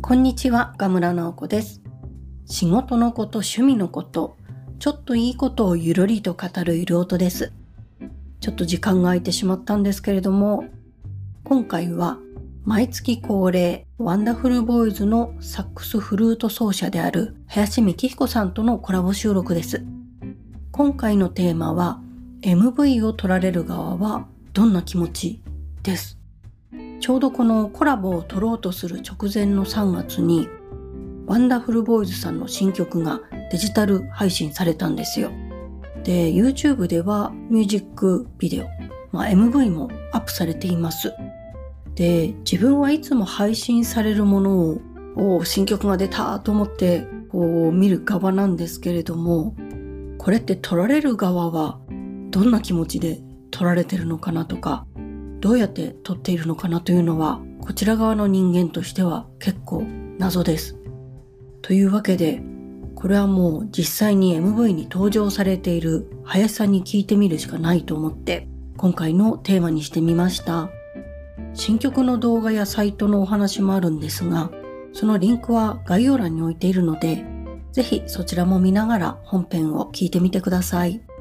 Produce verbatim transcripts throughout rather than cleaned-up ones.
こんにちは、ガムラ直子です。仕事のこと、趣味のこと、ちょっといいことをゆるりと語るゆる音です。ちょっと時間が空いてしまったんですけれども、今回は毎月恒例ワンダフルボーイズのサックスフルート奏者である林幹彦さんとのコラボ収録です。今回のテーマは エムブイ を撮られる側はどんな気持ちです。ちょうどこのコラボを撮ろうとする直前のさんがつにワンダフルボーイズさんの新曲がデジタル配信されたんですよ。で、YouTube ではミュージックビデオ、まあ、エムブイ もアップされています。で、自分はいつも配信されるものを、お新曲が出たと思ってこう見る側なんですけれども、これって撮られる側はどんな気持ちで撮られてるのかなとか、どうやって撮っているのかなというのは、こちら側の人間としては結構謎です。というわけで、これはもう実際に エムブイ に登場されている林さんに聞いてみるしかないと思って、今回のテーマにしてみました。新曲の動画やサイトのお話もあるんですが、そのリンクは概要欄に置いているので、ぜひそちらも見ながら本編を聞いてみてください。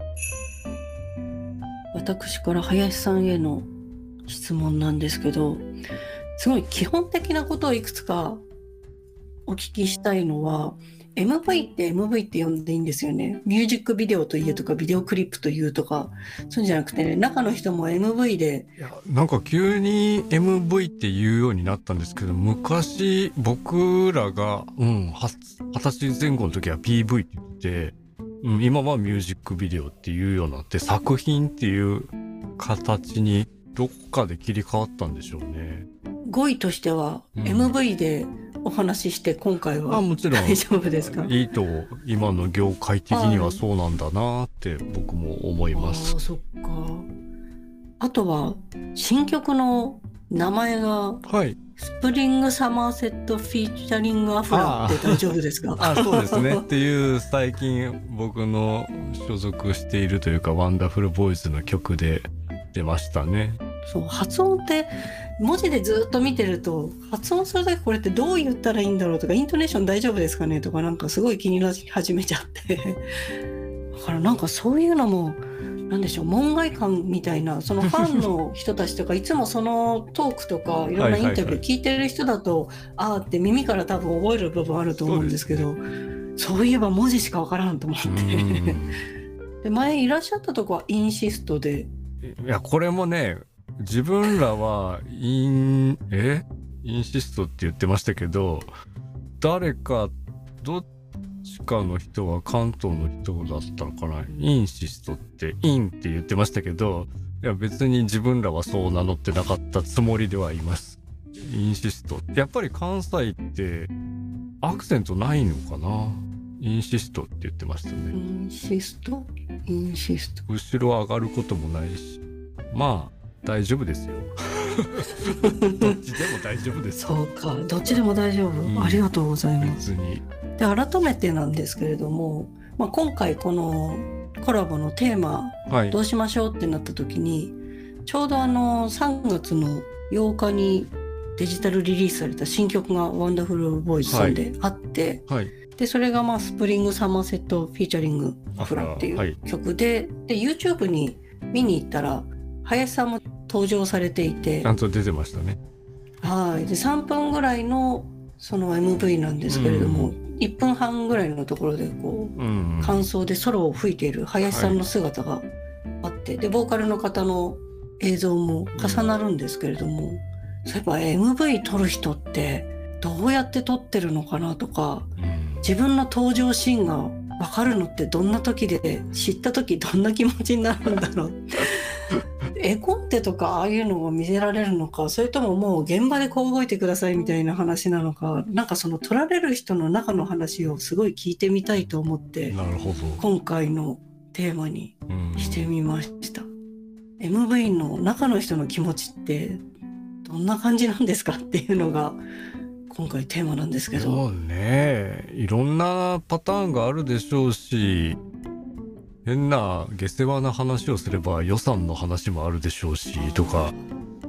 私から林さんへの質問なんですけど、すごい基本的なことをいくつかお聞きしたいのは、 エムブイ って エムブイ って呼んでいいんですよね。ミュージックビデオというとかビデオクリップというとか、そうじゃなくてね、中の人も エムブイ で、 いやなんか急に エムブイ って言うようになったんですけど、昔僕らが、うん、はたちぜん後の時は ピーブイ って言って、うん、今はミュージックビデオっていうようになって、作品っていう形にどっかで切り替わったんでしょうね。 語彙としては エムブイ でお話しして今回は、うん、もちろん大丈夫ですか？ いいと、今の業界的にはそうなんだなって僕も思います。 あ、そっか。あとは新曲の名前が、はい、スプリングサマーセットフィーチャリングアフラって大丈夫ですか？ ああ、そうですねっていう最近僕の所属しているというかワンダフルボーイズの曲で出ましたね。 そう、発音って文字でずっと見てると、発音するだけこれってどう言ったらいいんだろうとか、イントネーション大丈夫ですかねとか、なんかすごい気になり始めちゃってだからなんかそういうのもなんでしょう、門外漢みたいな、そのファンの人たちとかいつもそのトークとかいろんなインタビュー聞いてる人だと、はいはいはい、あーって耳から多分覚える部分あると思うんですけど、 そうです、そういえば文字しかわからんと思ってで、前いらっしゃったとこはインシストで、 いやこれもね、自分らはインえインシストって言ってましたけど、誰かどっちかの人は関東の人だったのかな、インシストってインって言ってましたけど、いや別に自分らはそう名乗ってなかったつもりではいます。インシスト、やっぱり関西ってアクセントないのかな。インシストって言ってましたね。インシストインシスト、 後ろ上がることもないし、まあ大丈夫ですよどっちでも大丈夫です。 そうか、どっちでも大丈夫、うん、ありがとうございます。別にで、改めてなんですけれども、まあ、今回このコラボのテーマ、はい、どうしましょうってなった時に、ちょうどあのさんがつのようかにデジタルリリースされた新曲がワンダフルボーイズさんであって、はいはい、でそれがまあスプリングサマーセットフィーチャリングアフラっていう曲で、はい、で YouTube に見に行ったら林さんも登場されていて、 ちゃんと出てましたね。 はい。でさんぷんぐらいのその エムブイ なんですけれども、うん、いっぷんはんぐらいのところでこう、うん、間奏でソロを吹いている林さんの姿があって、はい、でボーカルの方の映像も重なるんですけれども、うん、そういえば エムブイ 撮る人ってどうやって撮ってるのかなとか、うん、自分の登場シーンが分かるのってどんな時で、知った時どんな気持ちになるんだろう絵コンテとかああいうのを見せられるのか、それとももう現場でこう動いてくださいみたいな話なのか、なんかその撮られる人の中の話をすごい聞いてみたいと思って、なるほど、今回のテーマにしてみました。 エムブイ の中の人の気持ちってどんな感じなんですかっていうのが今回テーマなんですけど。 そうね、いろんなパターンがあるでしょうし、変な下世話な話をすれば予算の話もあるでしょうしとか、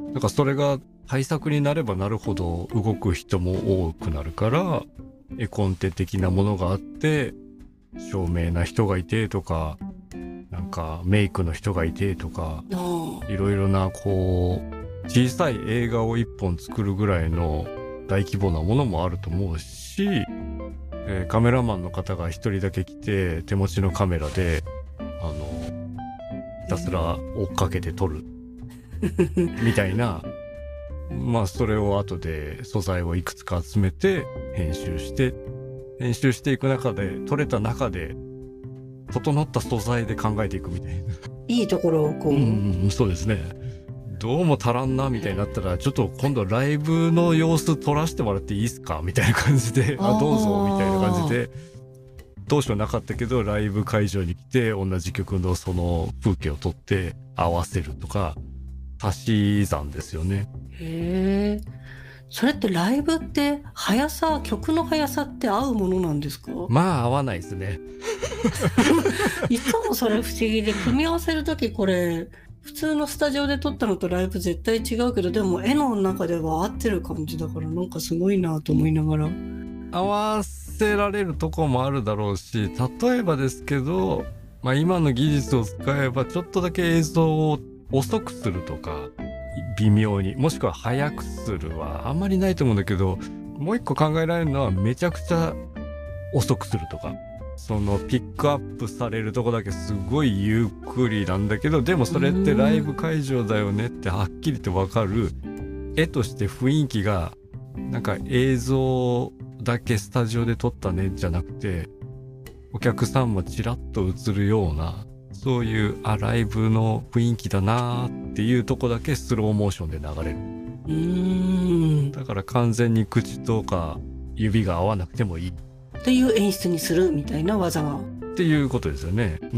なんかそれが対策になればなるほど動く人も多くなるから、絵コンテ的なものがあって照明な人がいてとか、なんかメイクの人がいてとか、いろいろなこう小さい映画を一本作るぐらいの大規模なものもあると思うし、えー、カメラマンの方が一人だけ来て手持ちのカメラであのひたすら追っかけて撮るみたいな、まあそれを後で素材をいくつか集めて編集して編集していく中で撮れた中で整った素材で考えていくみたいな。 いいところをこう、 うん、そうですね。どうも足らんなみたいになったら、ちょっと今度ライブの様子撮らせてもらっていいですかみたいな感じで、あどうぞみたいな感じで、当初なかったけどライブ会場に来て同じ曲のその風景を撮って合わせるとか、足し算ですよね。 へえ。それってライブって速さ、曲の速さって合うものなんですか？ まあ合わないですね。 いつもそれ不思議で、組み合わせるときこれ普通のスタジオで撮ったのとライブ絶対違うけど、でも絵の中では合ってる感じだから、なんかすごいなと思いながら。 合わせられるとこもあるだろうし、例えばですけど、まあ、今の技術を使えばちょっとだけ映像を遅くするとか、微妙に、もしくは速くするはあんまりないと思うんだけど、もう一個考えられるのはめちゃくちゃ遅くするとか、そのピックアップされるとこだけすごいゆっくりなんだけど、でもそれってライブ会場だよねってはっきりとわかる、絵として雰囲気がなんか映像だけスタジオで撮ったねじゃなくて、お客さんもちらっと映るような、そういうあライブの雰囲気だなーっていうとこだけスローモーションで流れる。 うーん。 だから完全に口とか指が合わなくてもいいっていう演出にするみたいな技が。 っていうことですよね。うん。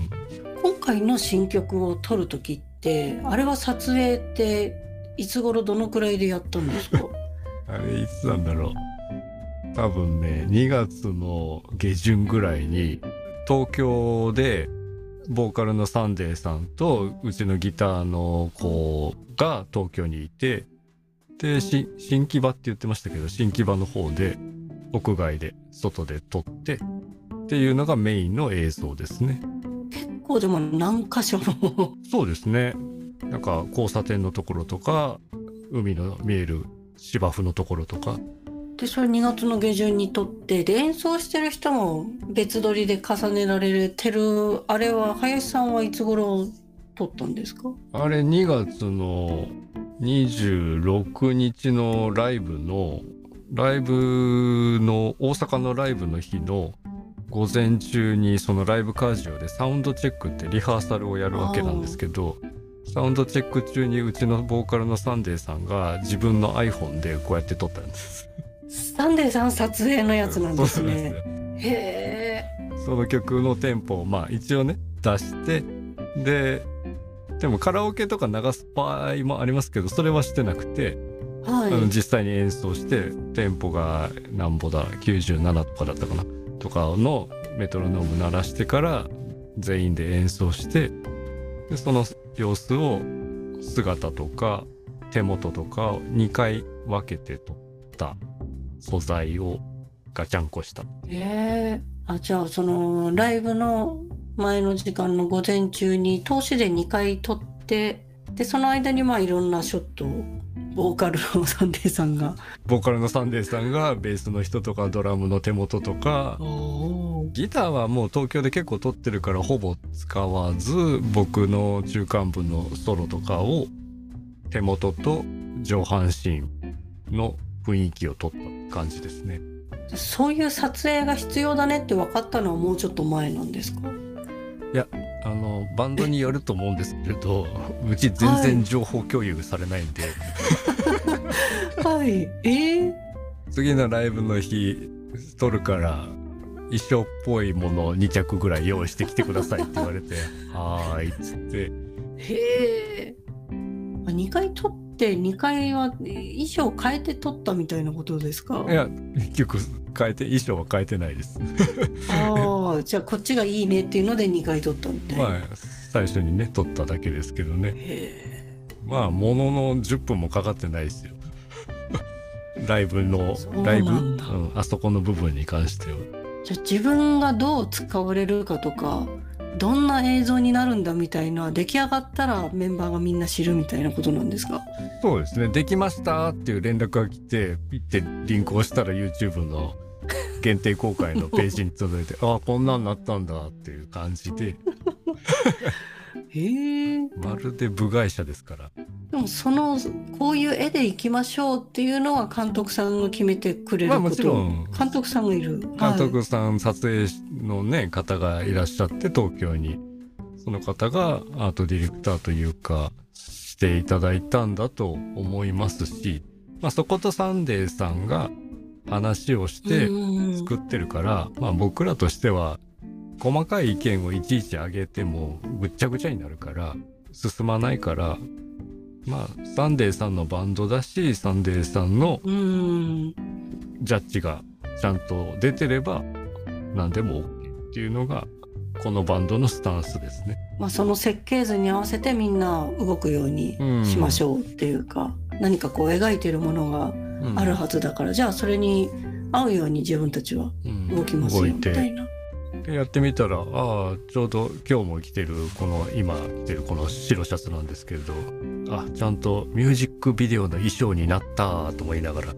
今回の新曲を撮る時って、あれは撮影っていつ頃どのくらいでやったんですか？ あれいつなんだろう。多分ね、にがつの下旬ぐらいに東京でボーカルのサンデーさんとうちのギターの子が東京にいて、でし新木場って言ってましたけど、新木場の方で屋外で外で撮ってっていうのがメインの映像ですね。 結構でも何箇所もそうですね。なんか交差点のところとか、海の見える芝生のところとか。 でそれにがつの下旬に撮って、で演奏してる人も別撮りで重ねられてる、あれは林さんはいつ頃撮ったんですか？ あれにがつのにじゅうろくにちのライブのライブの大阪のライブの日の午前中に、そのライブ会場でサウンドチェックってリハーサルをやるわけなんですけど、サウンドチェック中にうちのボーカルのサンデーさんが自分の iPhone でこうやって撮ったんです。 サンデーさん撮影のやつなんですね。 そうですね。 へえ。 その曲のテンポをまあ一応ね出して、ででもカラオケとか流す場合もありますけど、それはしてなくて、 はい、 あの実際に演奏してテンポがなんぼだきゅうじゅうななとかだったかなとかのメトロノーム鳴らしてから全員で演奏して、でその様子を姿とか手元とかをにかい分けて撮った素材をガチャンコした。 へえ。あ、じゃあそのライブの前の時間の午前中に通しでにかい撮って、でその間にまあいろんなショットをボーカルのサンデーさんがボーカルのサンデーさんがベースの人とかドラムの手元とか、ギターはもう東京で結構撮ってるからほぼ使わず、僕の中間部のソロとかを手元と上半身の雰囲気を撮った感じですね。 そういう撮影が必要だねって分かったのはもうちょっと前なんですか？ いや、あのバンドによると思うんですけれど、うち全然情報共有されないんで、 はい、えー、 次のライブの日撮るから衣装っぽいものにちゃくぐらい用意してきてくださいって言われてはーいっつって。 へえ。にかい撮ってにかいは衣装変えて撮ったみたいなことですか？ いや、結局変えて、衣装は変えてないです。 ああ、じゃあこっちがいいねっていうのでにかい撮ったみたいな。 まあ最初にね撮っただけですけどね。 へまあもののじゅっぷんもかかってないですよライブのライブ、うん、あそこの部分に関しては。 じゃあ自分がどう使われるかとかどんな映像になるんだみたいな、出来上がったらメンバーがみんな知るみたいなことなんですか？ そうですね、できましたっていう連絡が来てピッてリンクをしたら YouTube の限定公開のページに届いてああこんなんなったんだっていう感じでへえ。 まるで部外者ですから。 でもそのこういう絵でいきましょうっていうのは監督さんが決めてくれること、 まあもちろん監督さんがいる、 監督さん、はい、撮影のね方がいらっしゃって東京に、その方がアートディレクターというかしていただいたんだと思いますし、まあ、そことサンデーさんが話をして作ってるから、まあ、僕らとしては細かい意見をいちいち上げてもぐっちゃぐちゃになるから進まないから、まあサンデーさんのバンドだしサンデーさんのジャッジがちゃんと出てれば何でも OK っていうのがこのバンドのスタンスですね。 まあその設計図に合わせてみんな動くようにしましょうっていうか、うん、何かこう描いてるものがあるはずだから、うん、じゃあそれに合うように自分たちは動きますよ、うん、みたいな。 でやってみたら、ああちょうど今日も着てるこの今着てるこの白シャツなんですけれど、あちゃんとミュージックビデオの衣装になったと思いながら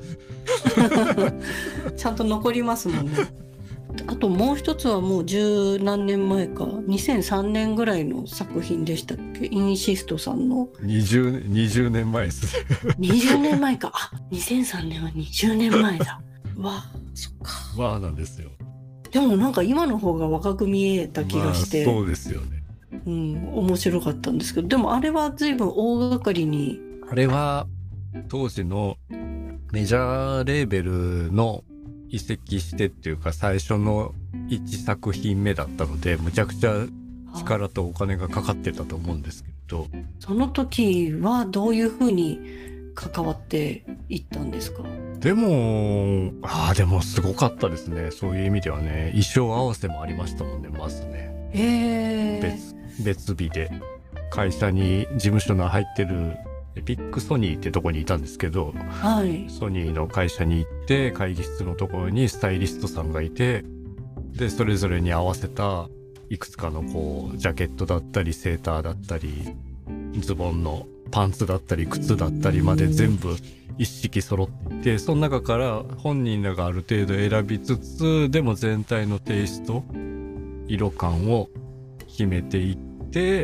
ちゃんと残りますもんね。あともう一つはもう十何年前かにせんさんねんぐらいの作品でしたっけ、インシストさんの 20, 20年前ですねにじゅうねんまえか。あにせんさんねんはにじゅうねんまえだわあそっかわあなんですよ。 でもなんか今の方が若く見えた気がして、 まあ、そうですよね、 うん、面白かったんですけど、でもあれは随分大掛かりに、 あれは当時のメジャーレーベルの移籍してっていうか最初のいちさく品目だったのでむちゃくちゃ力とお金がかかってたと思うんですけど、 その時はどういうふうに関わっていったんですか？ でもああでもすごかったですね、そういう意味ではね。衣装合わせもありましたもんね、まずね。 へ別別日で会社に事務所の入ってるエピックソニーってとこにいたんですけど、 はい、 ソニーの会社に行って会議室のところにスタイリストさんがいて、でそれぞれに合わせたいくつかのこうジャケットだったりセーターだったりズボンのパンツだったり靴だったりまで全部一式揃っていて、その中から本人らがある程度選びつつでも全体のテイスト色感を決めていって、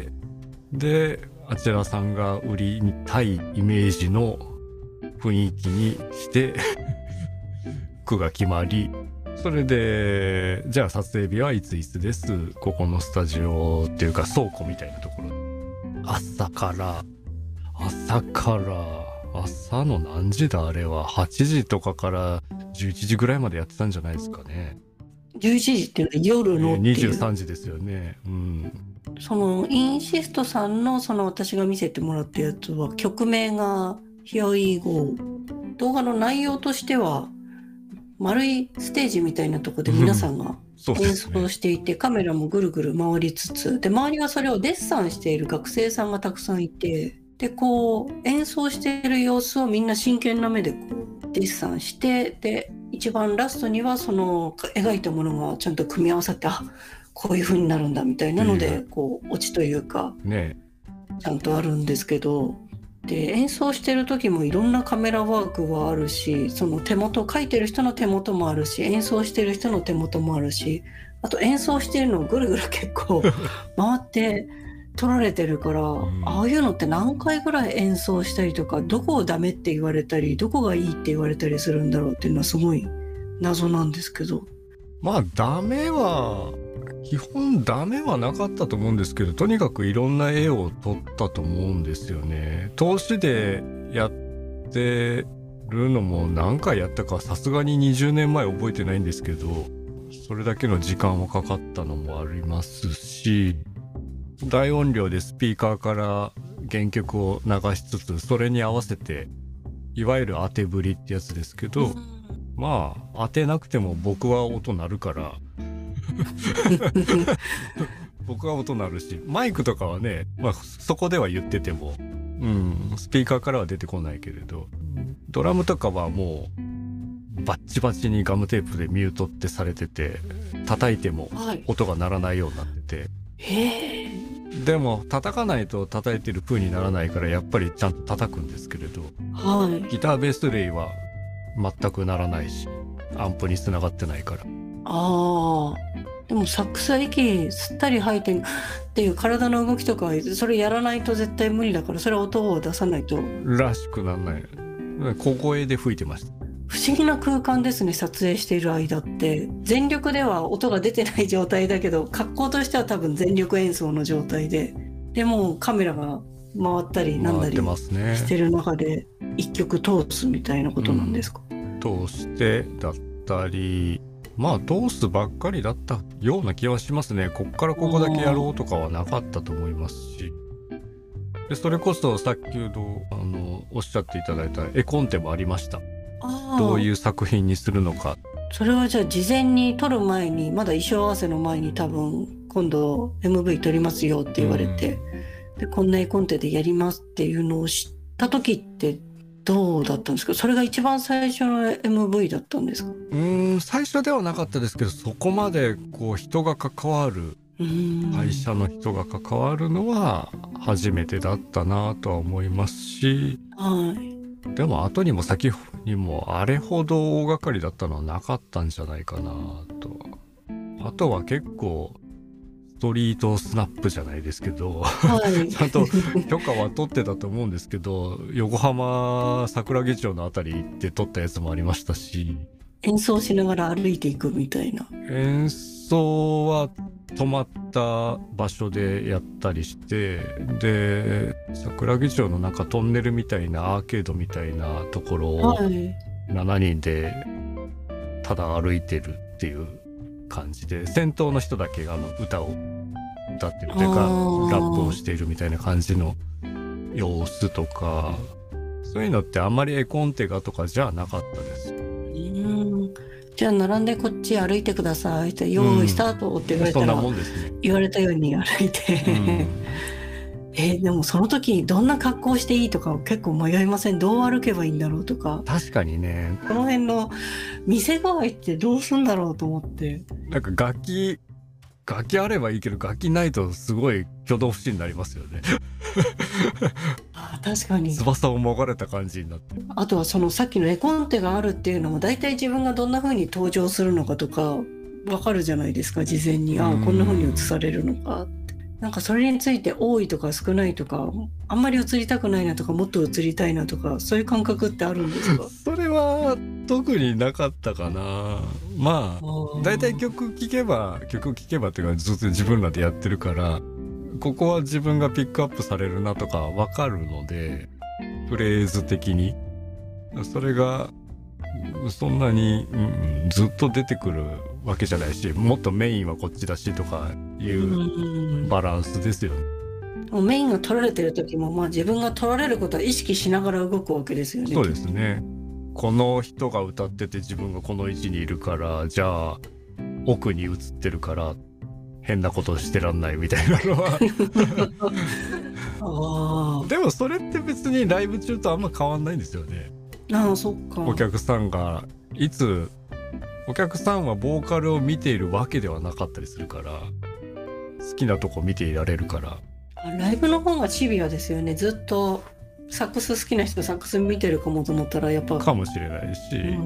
であちらさんが売りたいイメージの雰囲気にして句が決まり、それでじゃあ撮影日はいついつです、ここのスタジオっていうか倉庫みたいなところ、朝から朝から朝の何時だあれははちじとかからじゅういちじぐらいまでやってたんじゃないですかね。 じゅういちじっていうのは夜のっていう、 にじゅうさんじですよね。うん。 そのインシストさんのその私が見せてもらったやつは曲名が Here We Go、 動画の内容としては丸いステージみたいなところで皆さんが演奏していて、うんね、カメラもぐるぐる回りつつで、周りがそれをデッサンしている学生さんがたくさんいて、でこう演奏している様子をみんな真剣な目でこうデッサンして、で一番ラストにはその描いたものがちゃんと組み合わさって、あこういう風になるんだみたいなので、こうオチというか、ね、ちゃんとあるんですけど、で演奏してる時もいろんなカメラワークはあるし、その手元描いてる人の手元もあるし、演奏してる人の手元もあるし、あと演奏してるのをぐるぐる結構回って撮られてるから、うん、ああいうのって何回ぐらい演奏したりとか、どこをダメって言われたりどこがいいって言われたりするんだろうっていうのはすごい謎なんですけど。 まあダメは基本ダメはなかったと思うんですけど、とにかくいろんな絵を撮ったと思うんですよね。投資でやってるのも何回やったかさすがににじゅうねんまえ覚えてないんですけど、それだけの時間はかかったのもありますし、大音量でスピーカーから原曲を流しつつそれに合わせて、いわゆる当て振りってやつですけど、まあ当てなくても僕は音鳴るから僕は音鳴るし、マイクとかはね、まあ、そこでは言っててもうん、スピーカーからは出てこないけれど、ドラムとかはもうバッチバチにガムテープでミュートってされてて、叩いても音が鳴らないようになってて、 へえ。 でも叩かないと叩いてる風にならないから、やっぱりちゃんと叩くんですけれど、 はい。 ギターベースレイは全く鳴らないし、アンプに繋がってないから。 ああ。でもサックスは息吸ったり吐いてっていう体の動きとかはそれやらないと絶対無理だから、それは音を出さないと。 らしくなんない。小声で吹いてました。 不思議な空間ですね、撮影している間って。全力では音が出てない状態だけど、格好としては多分全力演奏の状態で、でもカメラが回ったりなんだりしてる中で一曲通すみたいなことなんですか？ うん、通してだったり、まあ通すばっかりだったような気はしますね。こっからここだけやろうとかはなかったと思いますし、でそれこそさっきのあのおっしゃっていただいた絵コンテもありました。どういう作品にするのか。 それはじゃあ事前に撮る前に、まだ衣装合わせの前に多分今度 エムブイ 撮りますよって言われて、うん、でこんな絵コンテでやりますっていうのを知った時ってどうだったんですか？それが一番最初の エムブイ だったんですか？ うーん、最初ではなかったですけど、そこまでこう人が関わる、会社の人が関わるのは初めてだったなとは思いますし、 はい。 でも後にも先にもあれほど大掛かりだったのはなかったんじゃないかなと。あとは結構ストリートスナップじゃないですけど、はい、ちゃんと許可は取ってたと思うんですけど、横浜桜木町のあたり行って撮ったやつもありましたし、 演奏しながら歩いていくみたいな。 演奏は止まった場所でやったりして、で桜木町のなんかトンネルみたいなアーケードみたいなところをしちにんでただ歩いてるっていう感じで、先頭の人だけあの歌を歌ってるというかラップをしているみたいな感じの様子とか、そういうのってあんまり絵コンテがとかじゃなかったです。 うん、じゃあ並んでこっち歩いてくださいって用意スタートって言われたら、うん、そんなもんですね、言われたように歩いて、うん、えー、でもその時どんな格好していいとか結構迷いません？どう歩けばいいんだろうとか。 確かにね、 この辺の店側ってどうすんだろうと思って。 なんか楽器楽器あればいいけど、楽器ないとすごい挙動不審になりますよね。 あ、確かに翼をもがれた感じになって、 あとはそのさっきの絵コンテがあるっていうのも大体自分がどんな風に登場するのかとか分かるじゃないですか、事前に。ああ、こんな風に映されるのかって。なんかそれについて多いとか少ないとか、あんまり映りたくないなとかもっと映りたいなとか、そういう感覚ってあるんですか？ それは特になかったかな。まあだいたい曲聴けば曲聴けばっていうかずっと自分らでやってるから、ここは自分がピックアップされるなとか分かるので、フレーズ的にそれがそんなに、うん、ずっと出てくるわけじゃないし、もっとメインはこっちだしとかいうバランスですよね。 もうメインが取られてる時も、まあ、自分が取られることは意識しながら動くわけですよね。 そうですね。この人が歌ってて自分がこの位置にいるから、じゃあ奥に映ってるから変なことしてらんないみたいなのはあでもそれって別にライブ中とあんま変わんないんですよね。 ああ、そっか。 お客さんがいつお客さんはボーカルを見ているわけではなかったりするから、好きなとこ見ていられるから。 ライブの方がシビアですよね。ずっとサックス好きな人サックス見てるかもと思ったらやっぱかもしれないし、うん、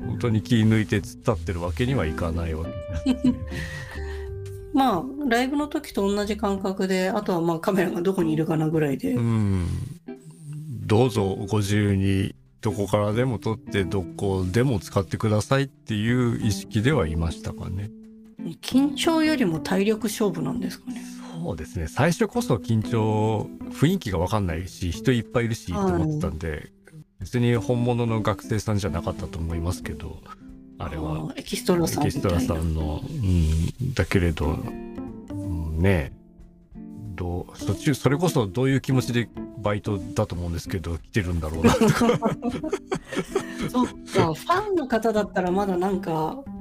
本当に気抜いて突っ立ってるわけにはいかないわけです、ね、 まあライブの時と同じ感覚で、あとはまあカメラがどこにいるかなぐらいで、うん、 どうぞご自由にどこからでも撮ってどこでも使ってくださいっていう意識ではいましたかね。 緊張よりも体力勝負なんですかね。 そうですね、最初こそ緊張、雰囲気が分かんないし人いっぱいいるしと思ってたんで、はい、別に本物の学生さんじゃなかったと思いますけど、あれはエキストラさんみたいな。 エキストラさんの、うん、だけれど、うん、ねどう途中それこそどういう気持ちでバイトだと思うんですけど来てるんだろうなとかそっか、ファンの方だったらまだなんか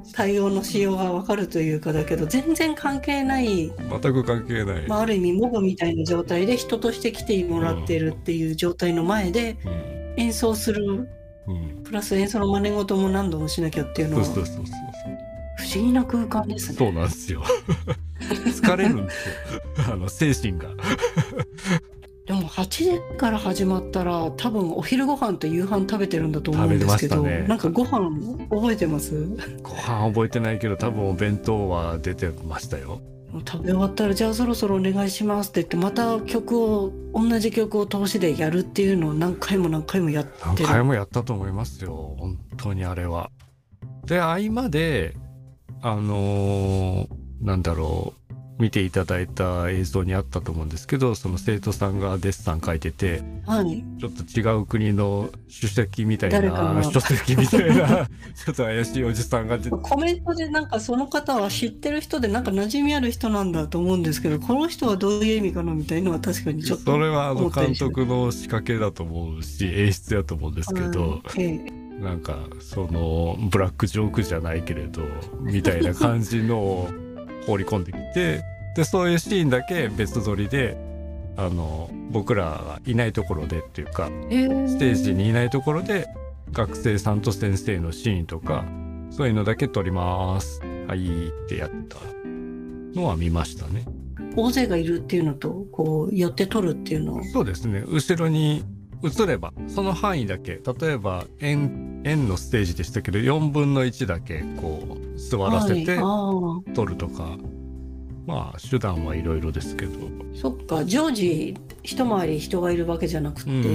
対応の仕様が分かるというかだけど全然関係ない、 全く関係ない、 まあ、ある意味モブみたいな状態で人として来てもらってるっていう状態の前で演奏する、うん、プラス演奏の真似事も何度もしなきゃっていうのはそうそうそうそう不思議な空間ですね。 そうなんですよ疲れるんですよあの精神がでもはちじから始まったら多分お昼ご飯と夕飯食べてるんだと思うんですけど、ね、なんかご飯覚えてます？ ご飯覚えてないけど多分お弁当は出てましたよ。 食べ終わったらじゃあそろそろお願いしますって言ってまた曲を同じ曲を通しでやるっていうのを何回も何回もやってる。 何回もやったと思いますよ本当にあれは。で合間であのー、なんだろう見ていただいた映像にあったと思うんですけどその生徒さんがデッサン書いてて、はい、ちょっと違う国の主席みたいな書籍みたいなちょっと怪しいおじさんが出てコメントでなんかその方は知ってる人でなんか馴染みある人なんだと思うんですけどこの人はどういう意味かなみたいなのは確かにちょっとそれはあの監督の仕掛けだと思うし演出だと思うんですけど、ええ、なんかそのブラックジョークじゃないけれどみたいな感じのを放り込んできてでそういうシーンだけ別撮りであの僕らがいないところでっていうか、えー、ステージにいないところで学生さんと先生のシーンとかそういうのだけ撮りますはいってやったのは見ましたね。 大勢がいるっていうのとこう寄って撮るっていうのはそうですね後ろに映ればその範囲だけ例えば円、円のステージでしたけどよんぶんのいちだけこう座らせて撮るとか、はい、まあ手段はいろいろですけどそっか常時一回り人がいるわけじゃなくて、うん、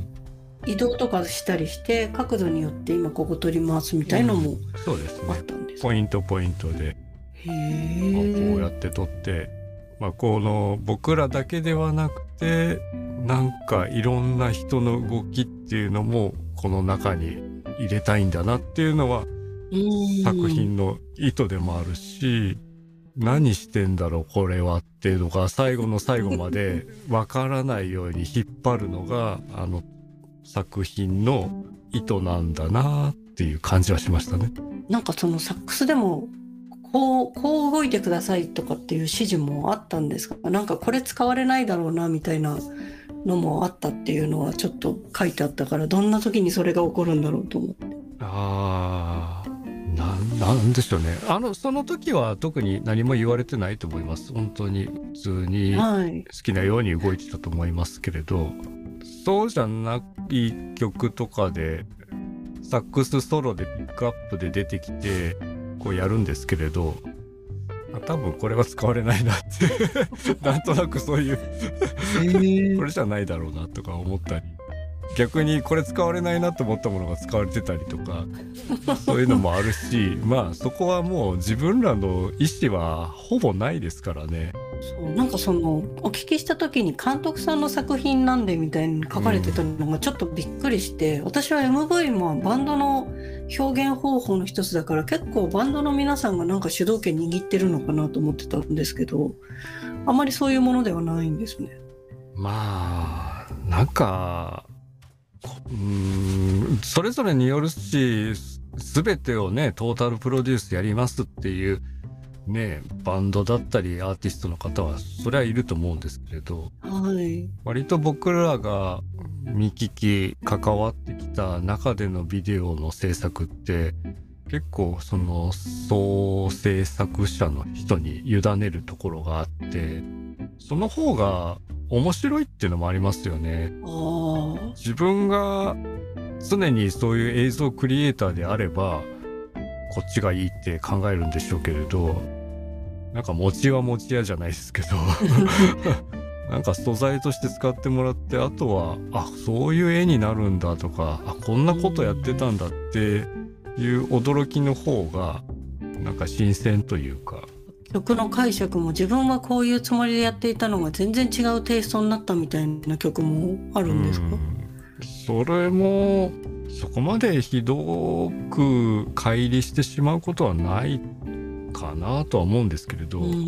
移動とかしたりして角度によって今ここ撮りますみたいのも、うん、 そうですねあったんですポイントポイントでへーこうやって撮って、まあ、この僕らだけではなくてなんかいろんな人の動きっていうのもこの中に入れたいんだなっていうのは作品の意図でもあるし何してんだろうこれはっていうのが最後の最後までわからないように引っ張るのがあの作品の意図なんだなっていう感じはしましたね。 なんかそのサックスでもこう、こう動いてくださいとかっていう指示もあったんですか？なんかこれ使われないだろうなみたいなのもあったっていうのはちょっと書いてあったからどんな時にそれが起こるんだろうと思って。 ああな、なんでしょうねあのその時は特に何も言われてないと思います。本当に普通に好きなように動いてたと思いますけれど、はい、そうじゃない曲とかでサックスソロでピックアップで出てきてこうやるんですけれど多分これは使われないなってなんとなくそういうこれじゃないだろうなとか思ったり逆にこれ使われないなと思ったものが使われてたりとかそういうのもあるしまあそこはもう自分らの意思はほぼないですからね。 そうなんかそのお聞きした時に監督さんの作品なんでみたいに書かれてたのがちょっとびっくりして、うん、私は エムブイ もバンドの表現方法の一つだから結構バンドの皆さんがなんか主導権握ってるのかなと思ってたんですけどあまりそういうものではないんですね。 まあなんかうーんそれぞれによるし全てをねトータルプロデュースやりますっていうねバンドだったりアーティストの方はそれはいると思うんですけれど、 はい、 割と僕らが見聞き関わってきた中でのビデオの制作って結構その総制作者の人に委ねるところがあってその方が面白いっていうのもありますよね。 あ自分が常にそういう映像クリエイターであればこっちがいいって考えるんでしょうけれどなんか餅は餅屋じゃないですけどなんか素材として使ってもらってあとはあそういう絵になるんだとかあこんなことやってたんだっていう驚きの方がなんか新鮮というか曲の解釈も自分はこういうつもりでやっていたのが全然違うテイストになったみたいな曲もあるんですか？ それもそこまでひどく乖離してしまうことはないかなとは思うんですけれど、うん、うん、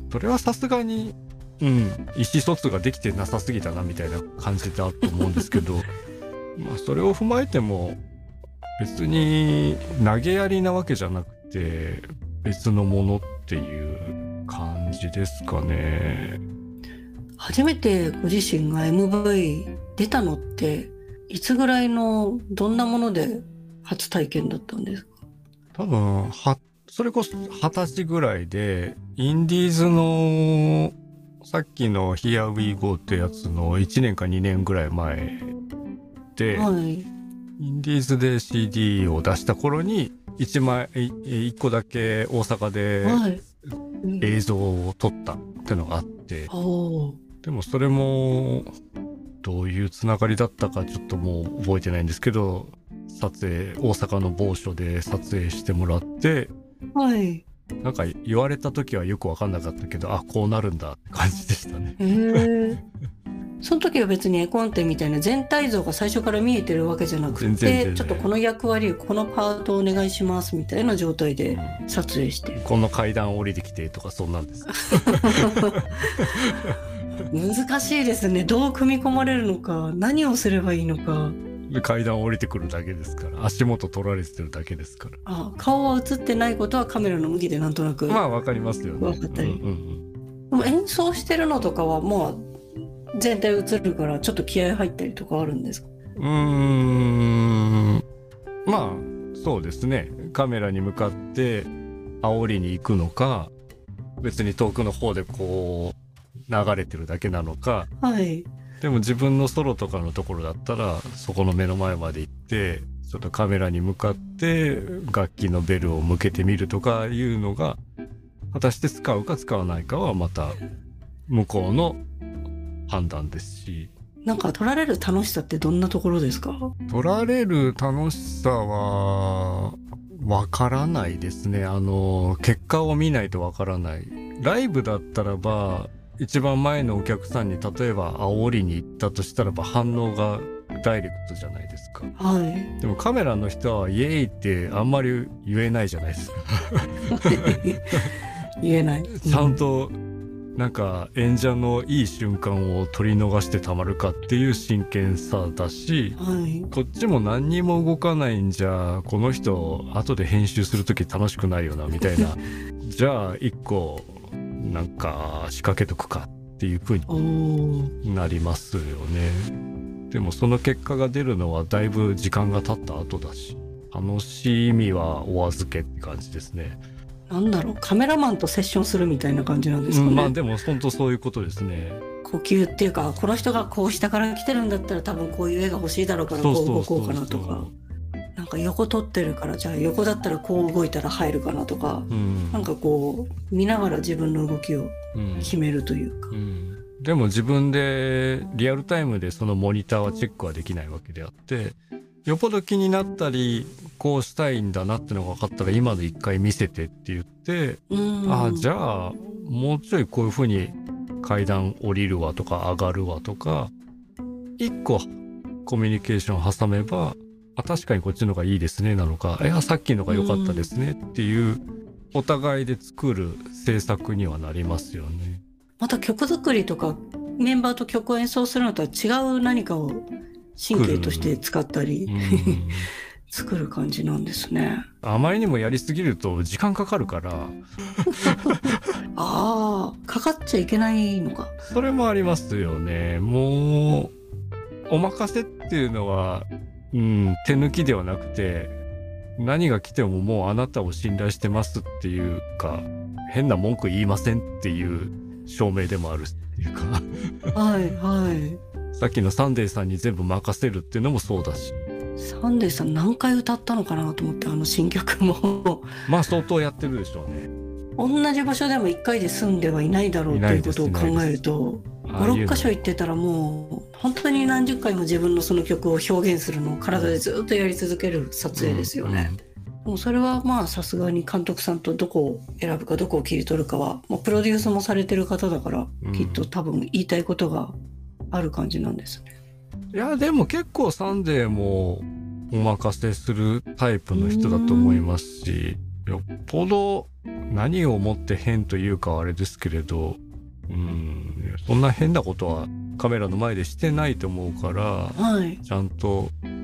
それはさすがに、うん、意思疎通ができてなさすぎたなみたいな感じだと思うんですけどまあそれを踏まえても別に投げやりなわけじゃなくて別のものっていう感じですかね。 初めてご自身が エムブイ 出たのっていつぐらいのどんなもので初体験だったんですか？ 多分はそれこそはたちぐらいで、インディーズのさっきの Here We Go ってやつのいちねんかにねんぐらい前で、 はい、 インディーズで シーディー を出した頃にいちまいいっこだけ大阪ではい映像を撮ったってのがあって、 おーでもそれもどういうつながりだったかちょっともう覚えてないんですけど、撮影大阪の某所で撮影してもらって、 はい。 なんか言われた時はよく分かんなかったけど、あ、こうなるんだって感じでしたね。 へえ。その時は別に絵コンテみたいな全体像が最初から見えてるわけじゃなく全然全然て、ちょっとこの役割このパートお願いしますみたいな状態で撮影して、 この階段降りてきてとかそんなんです。 難しいですね。どう組み込まれるのか、何をすればいいのか。 で階段降りてくるだけですから、足元取られてるだけですから。 あ、顔は映ってないことはカメラの向きでなんとなくまあわかりますよね。 分かったり、 うんうんうん、 でも演奏してるのとかはもう全体映るからちょっと気合入ったりとかあるんですか？ うーん、まあそうですね。カメラに向かって煽りに行くのか、別に遠くの方でこう流れてるだけなのか。 はい。 でも自分のソロとかのところだったら、そこの目の前まで行ってちょっとカメラに向かって楽器のベルを向けてみるとかいうのが、果たして使うか使わないかはまた向こうの判断ですし。 なんか撮られる楽しさってどんなところですか？ 撮られる楽しさはわからないですね。あの結果を見ないとわからない。ライブだったらば一番前のお客さんに例えば煽りに行ったとしたらば反応がダイレクトじゃないですか。 はい。 でもカメラの人はイエーイってあんまり言えないじゃないですか。 言えない。 ちゃんとなんか演者のいい瞬間を撮り逃してたまるかっていう真剣さだし、 はい。 こっちも何にも動かないんじゃこの人後で編集するとき楽しくないよなみたいなじゃあ一個なんか仕掛けとくかっていう風になりますよね。でもその結果が出るのはだいぶ時間が経った後だし、楽しみはお預けって感じですね。 なんだろう、カメラマンとセッションするみたいな感じなんですかね。 うん、まあでも本当そういうことですね。 呼吸っていうか、この人がこう下から来てるんだったら多分こういう絵が欲しいだろうからこう動こうかなとか、なんか横撮ってるからじゃあ横だったらこう動いたら入るかなとか、うん、なんかこう見ながら自分の動きを決めるというか、うんうん、 でも自分でリアルタイムでそのモニターはチェックはできないわけであって、よっぽど気になったりこうしたいんだなってのが分かったら今の一回見せてって言って、うん、ああじゃあもうちょいこういう風に階段降りるわとか上がるわとか一個コミュニケーション挟めば、あ確かにこっちのがいいですねなのか、いやさっきのが良かったですねっていうお互いで作る制作にはなりますよね。 また曲作りとかメンバーと曲を演奏するのとは違う何かを神経として使ったり、うん、作る感じなんですね。 あまりにもやりすぎると時間かかるからああかかっちゃいけないのか。 それもありますよね。もうお任せっていうのは、うん、手抜きではなくて、何が来てももうあなたを信頼してますっていうか、変な文句言いませんっていう証明でもあるっていうかはいはいさっきのサンデーさんに全部任せるっていうのもそうだし、 サンデーさん何回歌ったのかなと思って、あの新曲もまあ相当やってるでしょうね。 同じ場所でもいっかいで済んではいないだろうということを考えると、ごろっかしょ行ってたらもう本当に何十回も自分のその曲を表現するのを体でずっとやり続ける撮影ですよね、うんうん、もうそれはまあさすがに監督さんとどこを選ぶかどこを切り取るかはもうプロデュースもされてる方だから、うん、きっと多分言いたいことがある感じなんですね。 いやでも結構サンデーもお任せするタイプの人だと思いますし、よっぽど何をもって変というかはあれですけれど、うん、そんな変なことはカメラの前でしてないと思うから、 はい、 ちゃんと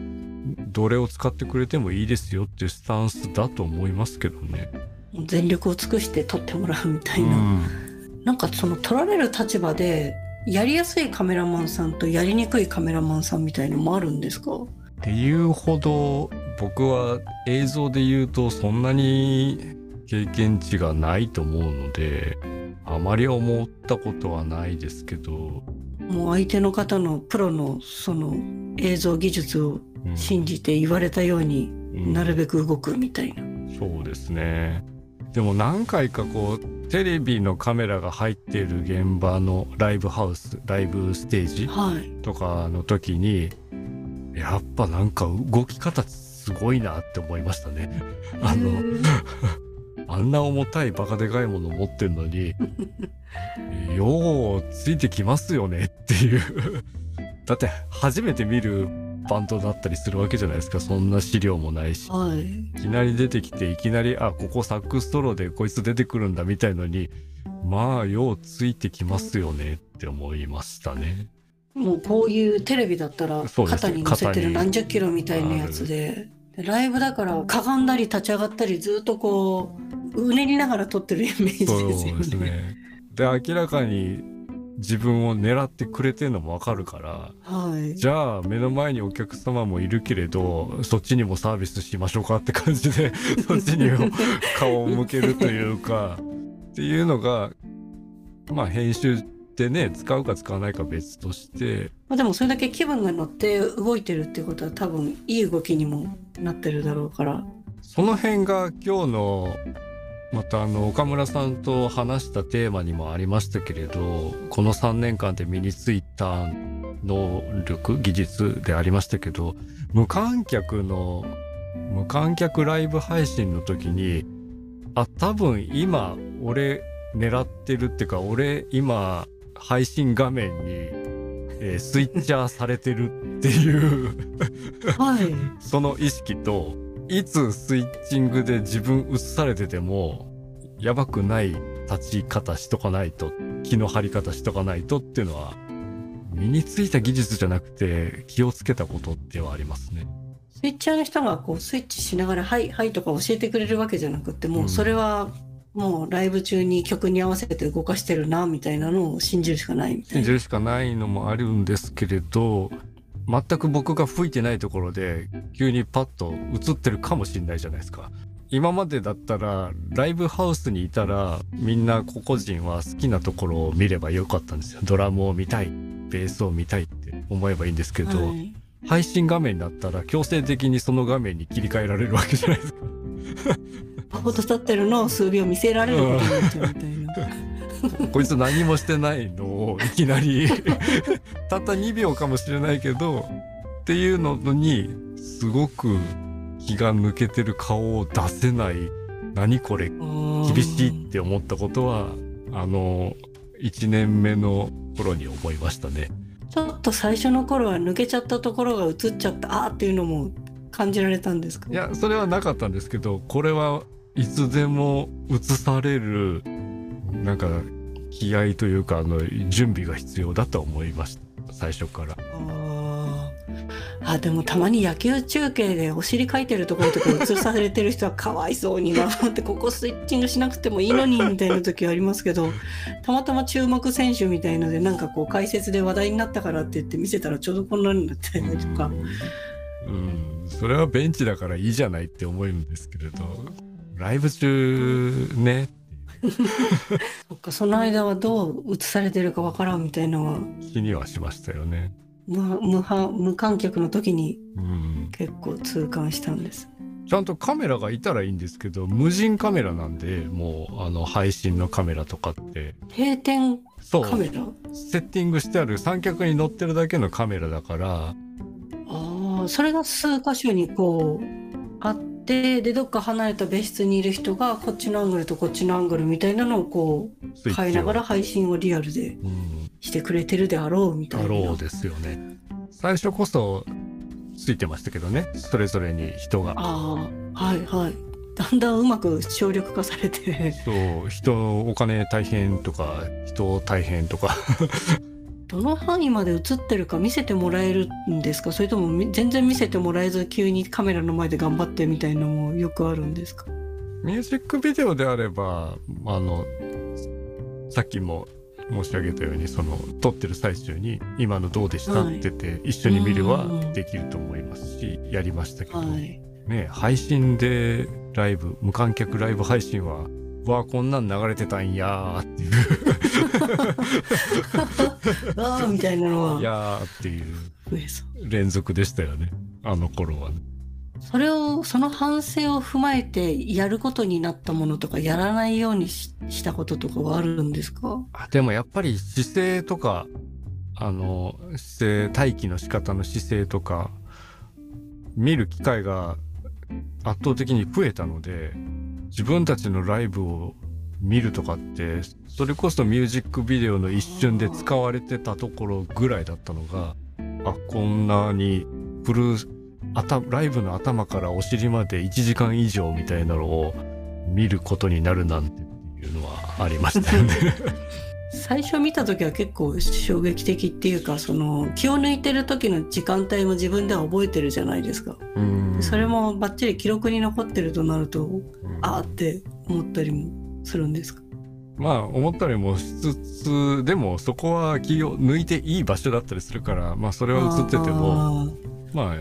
どれを使ってくれてもいいですよっていうスタンスだと思いますけどね。 全力を尽くして撮ってもらうみたいな、うん、なんかその撮られる立場でやりやすいカメラマンさんとやりにくいカメラマンさんみたいのもあるんですか？ っていうほど僕は映像で言うとそんなに経験値がないと思うのであまり思ったことはないですけど、 もう相手の方のプロのその映像技術を信じて言われたようになるべく動くみたいな、うんうん、そうですね。でも何回かこうテレビのカメラが入っている現場のライブハウスライブステージとかの時に、はい、やっぱなんか動き方すごいなって思いましたね。あのあんな重たいバカでかいもの持ってるのにようついてきますよねっていうだって初めて見るバンドだったりするわけじゃないですか。そんな資料もないし、はい、いきなり出てきていきなりあここサックストローでこいつ出てくるんだみたいのにまあようついてきますよねって思いましたね。 もうこういうテレビだったら肩に乗せてる何十キロみたいなやつで、ライブだからかがんだり立ち上がったりずっとこううねりながら撮ってるイメージですよね。 そうですね。で明らかに自分を狙ってくれてるのもわかるから、はい、じゃあ目の前にお客様もいるけれどそっちにもサービスしましょうかって感じでそっちにも顔を向けるというかっていうのがまあ編集でね使うか使わないか別として、 まあ、でもそれだけ気分が乗って動いてるっていうことは多分いい動きにもなってるだろうから、 その辺が今日のまたあの岡村さんと話したテーマにもありましたけれど、このさんねんかんで身についた能力技術でありましたけど、無観客の無観客ライブ配信の時にあ多分今俺狙ってるっていうか俺今配信画面に、えー、スイッチャーされてるっていうはい、その意識といつスイッチングで自分映されててもやばくない立ち方しとかないと気の張り方しとかないとっていうのは身についた技術じゃなくて気をつけたことではありますね。 スイッチャーの人がこうスイッチしながらはいはいとか教えてくれるわけじゃなくてもうそれはもうライブ中に曲に合わせて動かしてるなみたいなのを信じるしかないみたいな。 信じるしかないのもあるんですけれど、全く僕が吹いてないところで急にパッと映ってるかもしれないじゃないですか。今までだったらライブハウスにいたらみんな個々人は好きなところを見ればよかったんですよ。ドラムを見たい、ベースを見たいって思えばいいんですけど、はい、配信画面になったら強制的にその画面に切り替えられるわけじゃないですか。 アホと立ってるのを数秒見せられることになっちゃうみたいな。 こいつ何もしてないのをいきなりたったにびょうかもしれないけどっていうのにすごく気が抜けてる顔を出せない、何これ厳しいって思ったことはあのいちねんめの頃に思いましたね。 ちょっと最初の頃は抜けちゃったところが映っちゃったあーっていうのも感じられたんですか？ いやそれはなかったんですけど、これはいつでも映されるなんか気合というかあの準備が必要だと思いました最初から。 ああでもたまに野球中継でお尻かいてるところとか映されてる人はかわいそうになってここスイッチングしなくてもいいのにみたいな時ありますけど、たまたま注目選手みたいのでなんかこう解説で話題になったからって言って見せたらちょうどこんなになってたりとか、 うん、うん、それはベンチだからいいじゃないって思うんですけれど、ライブ中ねそっか、その間はどう映されてるかわからんみたいなのは気にはしましたよね。 無, 無, 無観客の時に結構痛感したんです、 うん、ちゃんとカメラがいたらいいんですけど無人カメラなんで、もうあの配信のカメラとかって定点カメラセッティングしてある三脚に乗ってるだけのカメラだから、 あそれが数箇所にこうあってでどっか離れた別室にいる人がこっちのアングルとこっちのアングルみたいなのをこう変えながら配信をリアルでしてくれてるであろうみたいな、 うん、だろうですよね。最初こそついてましたけどね、それぞれに人が。 ああはいはい。だんだんうまく省力化されてそう人お金大変とか人大変とかどの範囲まで映ってるか見せてもらえるんですか？それともみ全然見せてもらえず急にカメラの前で頑張ってみたいなのもよくあるんですか？ ミュージックビデオであればあのさっきも申し上げたようにその撮ってる最中に今のどうでしたって言って、はい、一緒に見るはできると思いますしやりましたけど、はいね、配信でライブ無観客ライブ配信はわあこんなん流れてたんやーっていうわあみたいなのはいやーっていう連続でしたよねあの頃はね。 それをその反省を踏まえてやることになったものとかやらないように し, したこととかはあるんですか？ あでもやっぱり姿勢とかあの姿勢待機の仕方の姿勢とか見る機会が圧倒的に増えたので自分たちのライブを見るとかってそれこそミュージックビデオの一瞬で使われてたところぐらいだったのがあこんなにフルライブの頭からお尻までいちじかん以上みたいなのを見ることになるなんてっていうのはありましたよね最初見た時は結構衝撃的っていうかその気を抜いてる時の時間帯も自分では覚えてるじゃないですか。うんそれもバッチリ記録に残ってるとなるとあーって思ったりもするんですか？ まあ思ったりもしつつでもそこは気を抜いていい場所だったりするからまあそれは映っててもまあ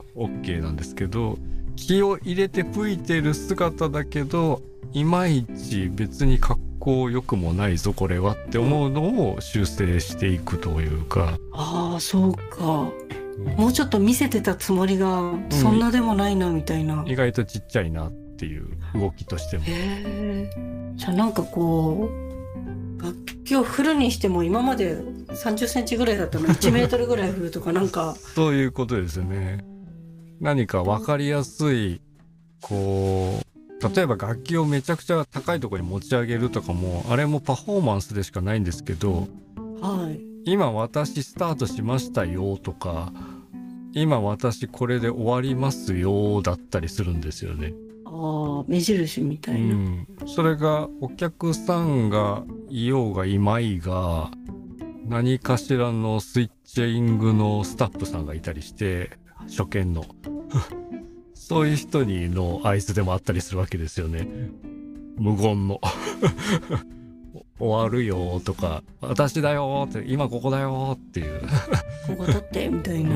OK なんですけど気を入れて吹いてる姿だけどいまいち別に格好良くもないぞこれはって思うのを修正していくというか。 ああそうか、うん、もうちょっと見せてたつもりがそんなでもないなみたいな、 うん、意外とちっちゃいなっていう動きとしても。 へーじゃあなんかこう楽器を振るにしても今までさんじゅっセンチぐらいだったのいちメートルぐらい振るとかなんかそういうことですよね。何か分かりやすいこう例えば楽器をめちゃくちゃ高いところに持ち上げるとかもあれもパフォーマンスでしかないんですけど、 はい、 今私スタートしましたよとか今私これで終わりますよだったりするんですよね。 ああ目印みたいな、うん、 それがお客さんがいようがいまいが何かしらのスイッチングのスタッフさんがいたりして初見のそういう人にの合図でもあったりするわけですよね。無言の終わるよとか私だよって今ここだよっていうここ撮ってみたいな、うん、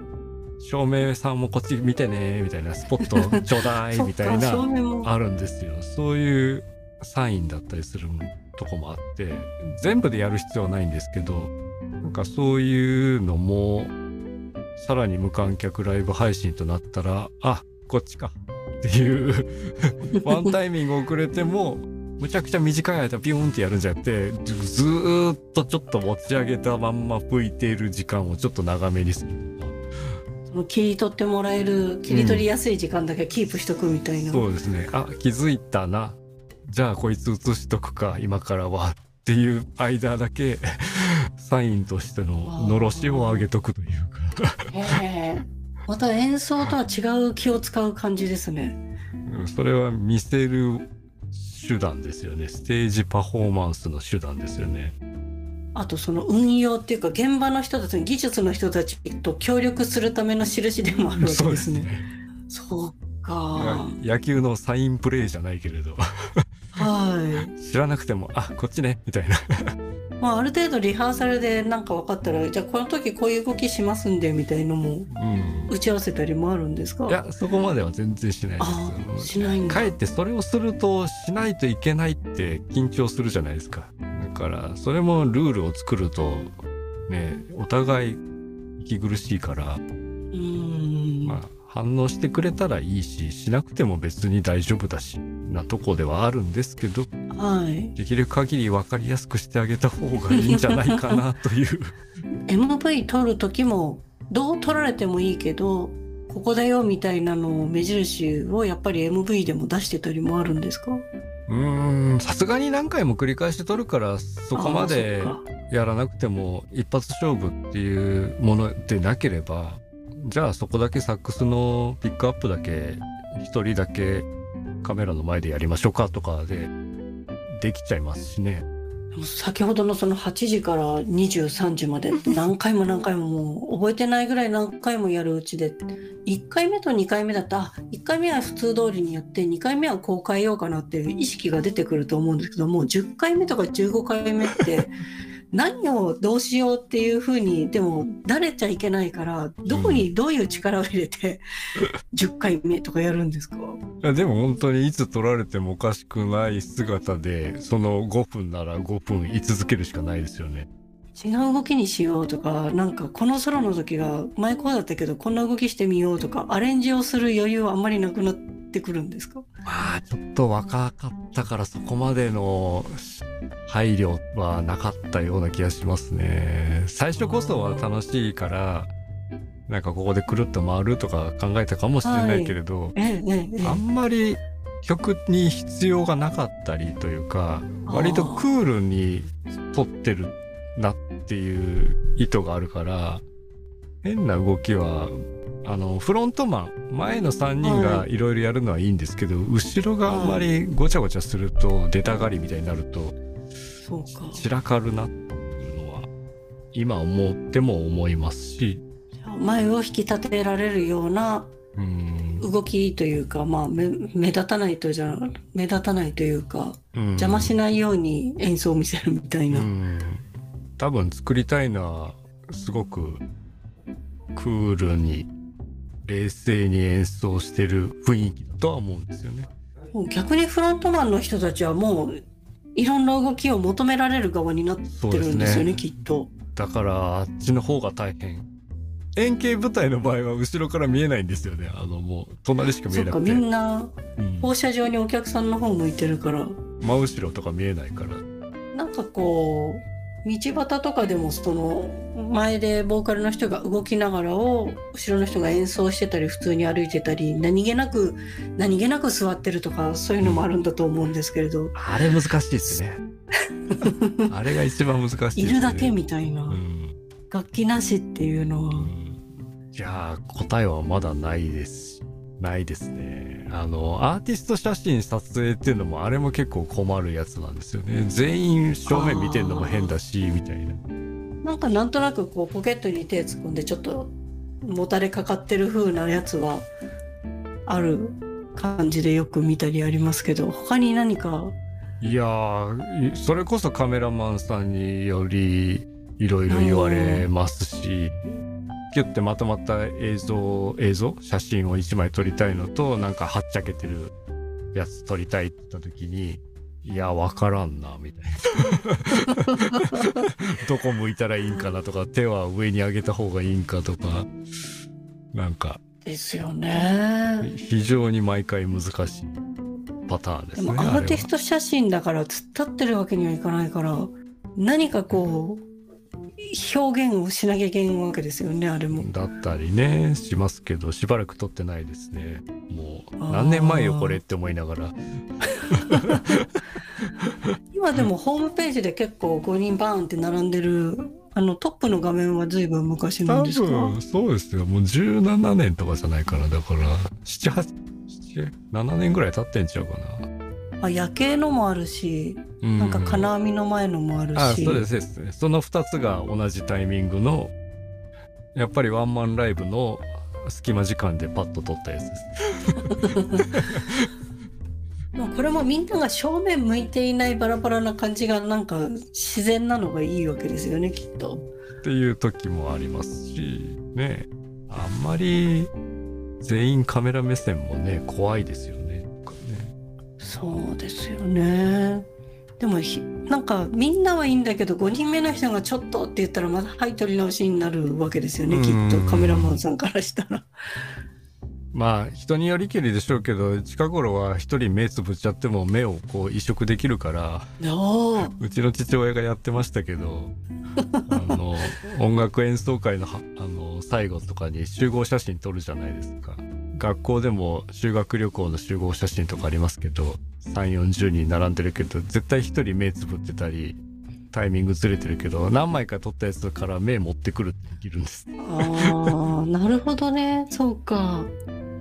照明さんもこっち見てねみたいなスポットちょうだいみたいなあるんですよ。そういうサインだったりするとこもあって全部でやる必要はないんですけどなんかそういうのもさらに無観客ライブ配信となったらあこっちかっていうワンタイミング遅れてもむちゃくちゃ短い間ビューンってやるんじゃなくてずーっとちょっと持ち上げたまんま吹いている時間をちょっと長めにする。 その切り取ってもらえる切り取りやすい時間だけキープしとくみたいな、 うん、そうですね。あ気づいたなじゃあこいつ映しとくか今からはっていう間だけサインとしてののろしを上げとくというかへーまた演奏とは違う気を使う感じですね。 それは見せる手段ですよね。ステージパフォーマンスの手段ですよね。 あとその運用っていうか現場の人たち技術の人たちと協力するための印でもあるわけですね。そうですね。そうか。 野球のサインプレーじゃないけれどはい知らなくてもあこっちねみたいなまあ、ある程度リハーサルでなんか分かったらじゃあこの時こういう動きしますんでみたいのも打ち合わせたりもあるんですか？ うん、いやそこまでは全然しないです。 あしないんだ。 かえってそれをするとしないといけないって緊張するじゃないですか。だからそれもルールを作るとねお互い息苦しいからうんまあ反応してくれたらいいししなくても別に大丈夫だしなとこではあるんですけど、はい、できる限り分かりやすくしてあげた方がいいんじゃないかなというエムブイ 撮る時もどう撮られてもいいけどここだよみたいなのを目印をやっぱり エムブイ でも出してたりもあるんですか？ うーんさすがに何回も繰り返して撮るからそこまでやらなくても一発勝負っていうものでなければじゃあそこだけサックスのピックアップだけ一人だけカメラの前でやりましょうかとかでできちゃいますしね。 もう先ほどのそのはちじからにじゅうさんじまで何回も何回ももう覚えてないぐらい何回もやるうちで、いっかいめとにかいめだったら、いっかいめは普通通りにやってにかいめはこう変えようかなっていう意識が出てくると思うんですけども、じゅっかいめとかじゅうごかいめって何をどうしようっていうふうに、でもだれちゃいけないから、どこにどういう力を入れてじゅっかいめとかやるんですか？ いやでも本当にいつ撮られてもおかしくない姿で、そのごふんならごふん居続けるしかないですよね。 違う動きにしようとか、なんかこのソロの時が前こうだったけどこんな動きしてみようとか、アレンジをする余裕はあんまりなくなってくるんですか？ まあちょっと若かったからそこまでの配慮はなかったような気がしますね。最初こそは楽しいからなんかここでくるっと回るとか考えたかもしれないけれど、 はい、ええええ、 あんまり曲に必要がなかったりというか、割とクールに撮ってるなっていう意図があるから、変な動きはあのフロントマン前のさんにんがいろいろやるのはいいんですけど、はい、後ろがあんまりごちゃごちゃすると出たがりみたいになるとそうか散らかるなっていうのは今思っても思いますし、 前を引き立てられるような動きというか、まあ、目, 目立たないとじゃ目立たないというか、邪魔しないように演奏を見せるみたいな。 多分作りたいのはすごくクールに冷静に演奏してる雰囲気だとは思うんですよね。 もう逆にフロントマンの人たちはもういろんな動きを求められる側になってるんですよ ね, ねきっと。 だからあっちの方が大変。円形舞台の場合は後ろから見えないんですよね。あのもう隣しか見えなくて。 そうか、みんな放射状にお客さんの方向いてるから、うん、 真後ろとか見えないから。 なんかこう道端とかでもその前でボーカルの人が動きながらを後ろの人が演奏してたり普通に歩いてたり、何気なく何気なく座ってるとかそういうのもあるんだと思うんですけれど、うん、 あれ難しいですね。あれが一番難しいですね。 いるだけみたいな、うん、楽器なしっていうのは、うん、 いや答えはまだないですないですね。あのアーティスト写真撮影っていうのもあれも結構困るやつなんですよね。全員正面見てるのも変だしみたいな。 なんかなんとなくこうポケットに手突っ込んでちょっともたれかかってる風なやつはある感じでよく見たりありますけど、他に何か。 いやーそれこそカメラマンさんによりいろいろ言われますし、キュッてまとまった映像映像写真をいちまい撮りたいのと、なんかはっちゃけてるやつ撮りたいって言った時に、いやわからんなみたいなどこ向いたらいいんかなとか、手は上に上げた方がいいんかとか、なんかですよね。 非常に毎回難しいパターンですね。 でもアーティスト写真だから突っ立ってるわけにはいかないから、何かこう表現をしなきゃいけないわけですよね、あれも。 だったりねしますけど、しばらく撮ってないですね。もう何年前よこれって思いながら今でもホームページで結構ごにんバーンって並んでるあのトップの画面は随分昔なんですか？ 多分そうですよ。もうじゅうななねんとかじゃないかな。だからなな、はち、ななねんぐらい経ってんちゃうかな。 あ、夜景のもあるし、うん、なんか金網の前のもあるし。 あ、そうですですね。そのふたつが同じタイミングのやっぱりワンマンライブの隙間時間でパッと撮ったやつですまあこれもみんなが正面向いていないバラバラな感じがなんか自然なのがいいわけですよね、きっと。 っていう時もありますしね。あんまり全員カメラ目線もね怖いですよね。 そうですよね。でもなんかみんなはいいんだけど、ごにんめの人がちょっとって言ったらまたはい撮り直しになるわけですよね、きっとカメラマンさんからしたら。 まあ人によりけりでしょうけど、近頃は一人目つぶっちゃっても目をこう移植できるから、うちの父親がやってましたけどあの音楽演奏会の、あの最後とかに集合写真撮るじゃないですか。学校でも修学旅行の集合写真とかありますけど、さんじゅう、よんじゅうにん並んでるけど絶対一人目つぶってたりタイミングずれてるけど、何枚か撮ったやつから目持ってくるってできるんです。 ああ、なるほどね。そうか。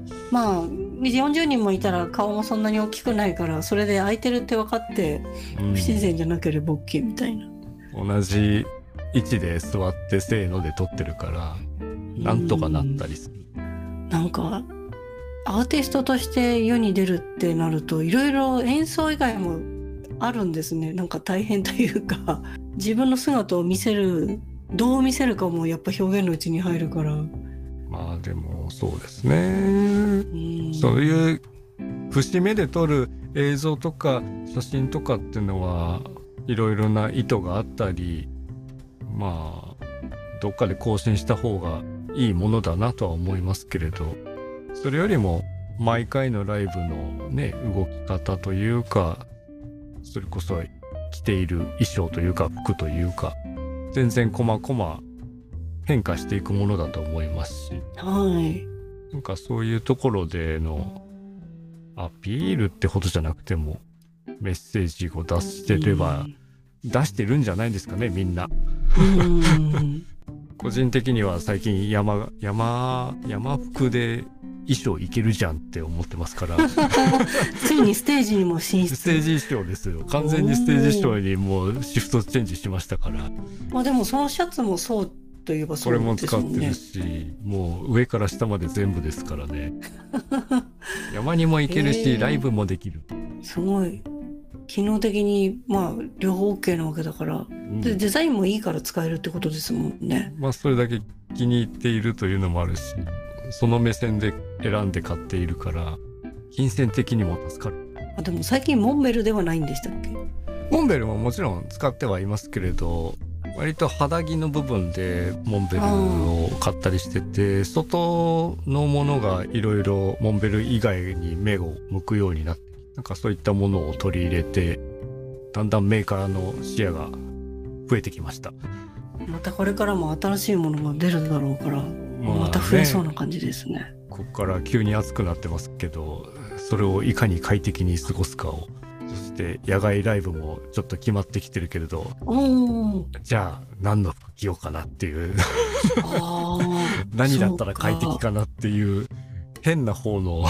まあよんじゅうにんもいたら顔もそんなに大きくないから、それで空いてるって分かって不自然じゃなければ OK みたいな、 うん、同じ位置で座ってせーので撮ってるからなんとかなったりする。 なんかアーティストとして世に出るってなるといろいろ演奏以外もあるんですね。なんか大変というか自分の姿を見せる、どう見せるかもやっぱ表現のうちに入るから。 まあでもそうですね、うん、そういう節目で撮る映像とか写真とかっていうのはいろいろな意図があったり、まあどっかで更新した方がいいものだなとは思いますけれど、それよりも毎回のライブのね動き方というか、それこそ着ている衣装というか服というか全然こまこま変化していくものだと思いますし、 はい、 なんかそういうところでのアピールってほどじゃなくてもメッセージを出してれば出してるんじゃないですかね、みんな。うん個人的には最近山山山服で衣装いけるじゃんって思ってますからついにステージにも進出。 ステージ衣装ですよ。完全にステージ衣装にもうシフトチェンジしましたから。 まあでもそのシャツもそうといえばそうですもんね。 これも使ってるし、もう上から下まで全部ですからね山にも行けるし、えー、ライブもできる。 すごい機能的にまあ両方 OK なわけだから、うん、でデザインもいいから使えるってことですもんね。 まあそれだけ気に入っているというのもあるし、その目線で選んで買っているから金銭的にも助かる。 あ、でも最近モンベルではないんでしたっけ？ モンベルももちろん使ってはいますけれど、割と肌着の部分でモンベルを買ったりしてて、外のものがいろいろモンベル以外に目を向くようになって、なんかそういったものを取り入れてだんだんメーカーの視野が増えてきました。 またこれからも新しいものが出るだろうから、まあね、また増えそうな感じですね。 ここから急に暑くなってますけど、それをいかに快適に過ごすかを、そして野外ライブもちょっと決まってきてるけれど、じゃあ何の服着ようかなっていうあ何だったら快適かなっていう変な方の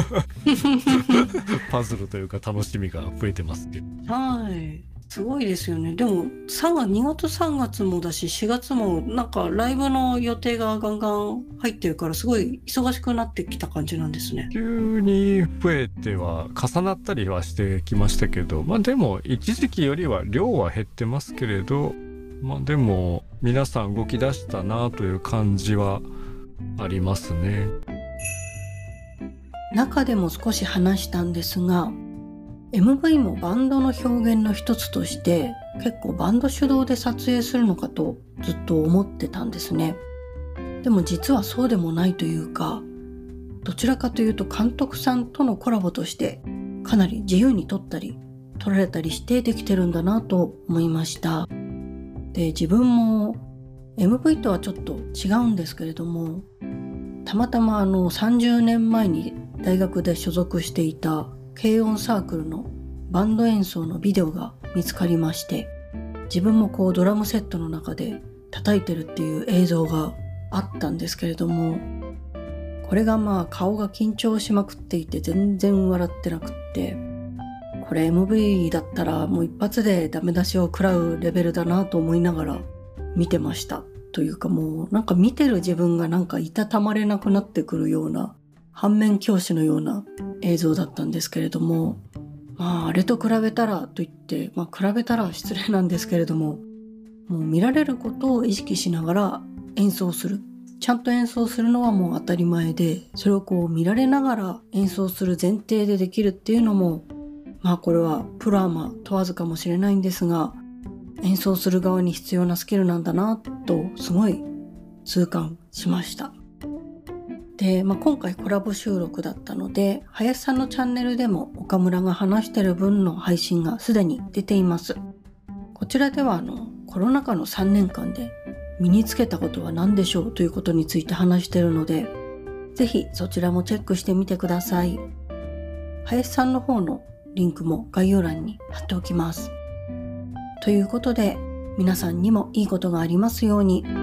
パズルというか楽しみが増えてますけど。 はい、すごいですよね。でもさんがつにがつさんがつもだししがつもなんかライブの予定がガンガン入ってるから、すごい忙しくなってきた感じなんですね。 急に増えては重なったりはしてきましたけど、まあでも一時期よりは量は減ってますけれど、まあでも皆さん動き出したなという感じはありますね。 中でも少し話したんですが、 エムブイ もバンドの表現の一つとして結構バンド主導で撮影するのかとずっと思ってたんですね。でも実はそうでもないというか、どちらかというと監督さんとのコラボとしてかなり自由に撮ったり撮られたりしてできてるんだなと思いました。で、自分も エムブイ とはちょっと違うんですけれども、たまたまあのさんじゅうねんまえに大学で所属していた軽音サークルのバンド演奏のビデオが見つかりまして、自分もこうドラムセットの中で叩いてるっていう映像があったんですけれども、これがまあ顔が緊張しまくっていて全然笑ってなくって、これ エムブイ だったらもう一発でダメ出しを食らうレベルだなと思いながら見てました。というか、もうなんか見てる自分がなんかいたたまれなくなってくるような反面教師のような映像だったんですけれども、まああれと比べたらといって、まあ比べたら失礼なんですけれども、もう見られることを意識しながら演奏する、ちゃんと演奏するのはもう当たり前で、それをこう見られながら演奏する前提でできるっていうのも、まあこれはプロアマ問わずかもしれないんですが、演奏する側に必要なスキルなんだなとすごい痛感しました。で、まあ、今回コラボ収録だったので、林さんのチャンネルでも岡村が話してる分の配信がすでに出ています。こちらではあのコロナ禍のさんねんかんで身につけたことは何でしょうということについて話しているので、ぜひそちらもチェックしてみてください。林さんの方のリンクも概要欄に貼っておきます。ということで、皆さんにもいいことがありますように。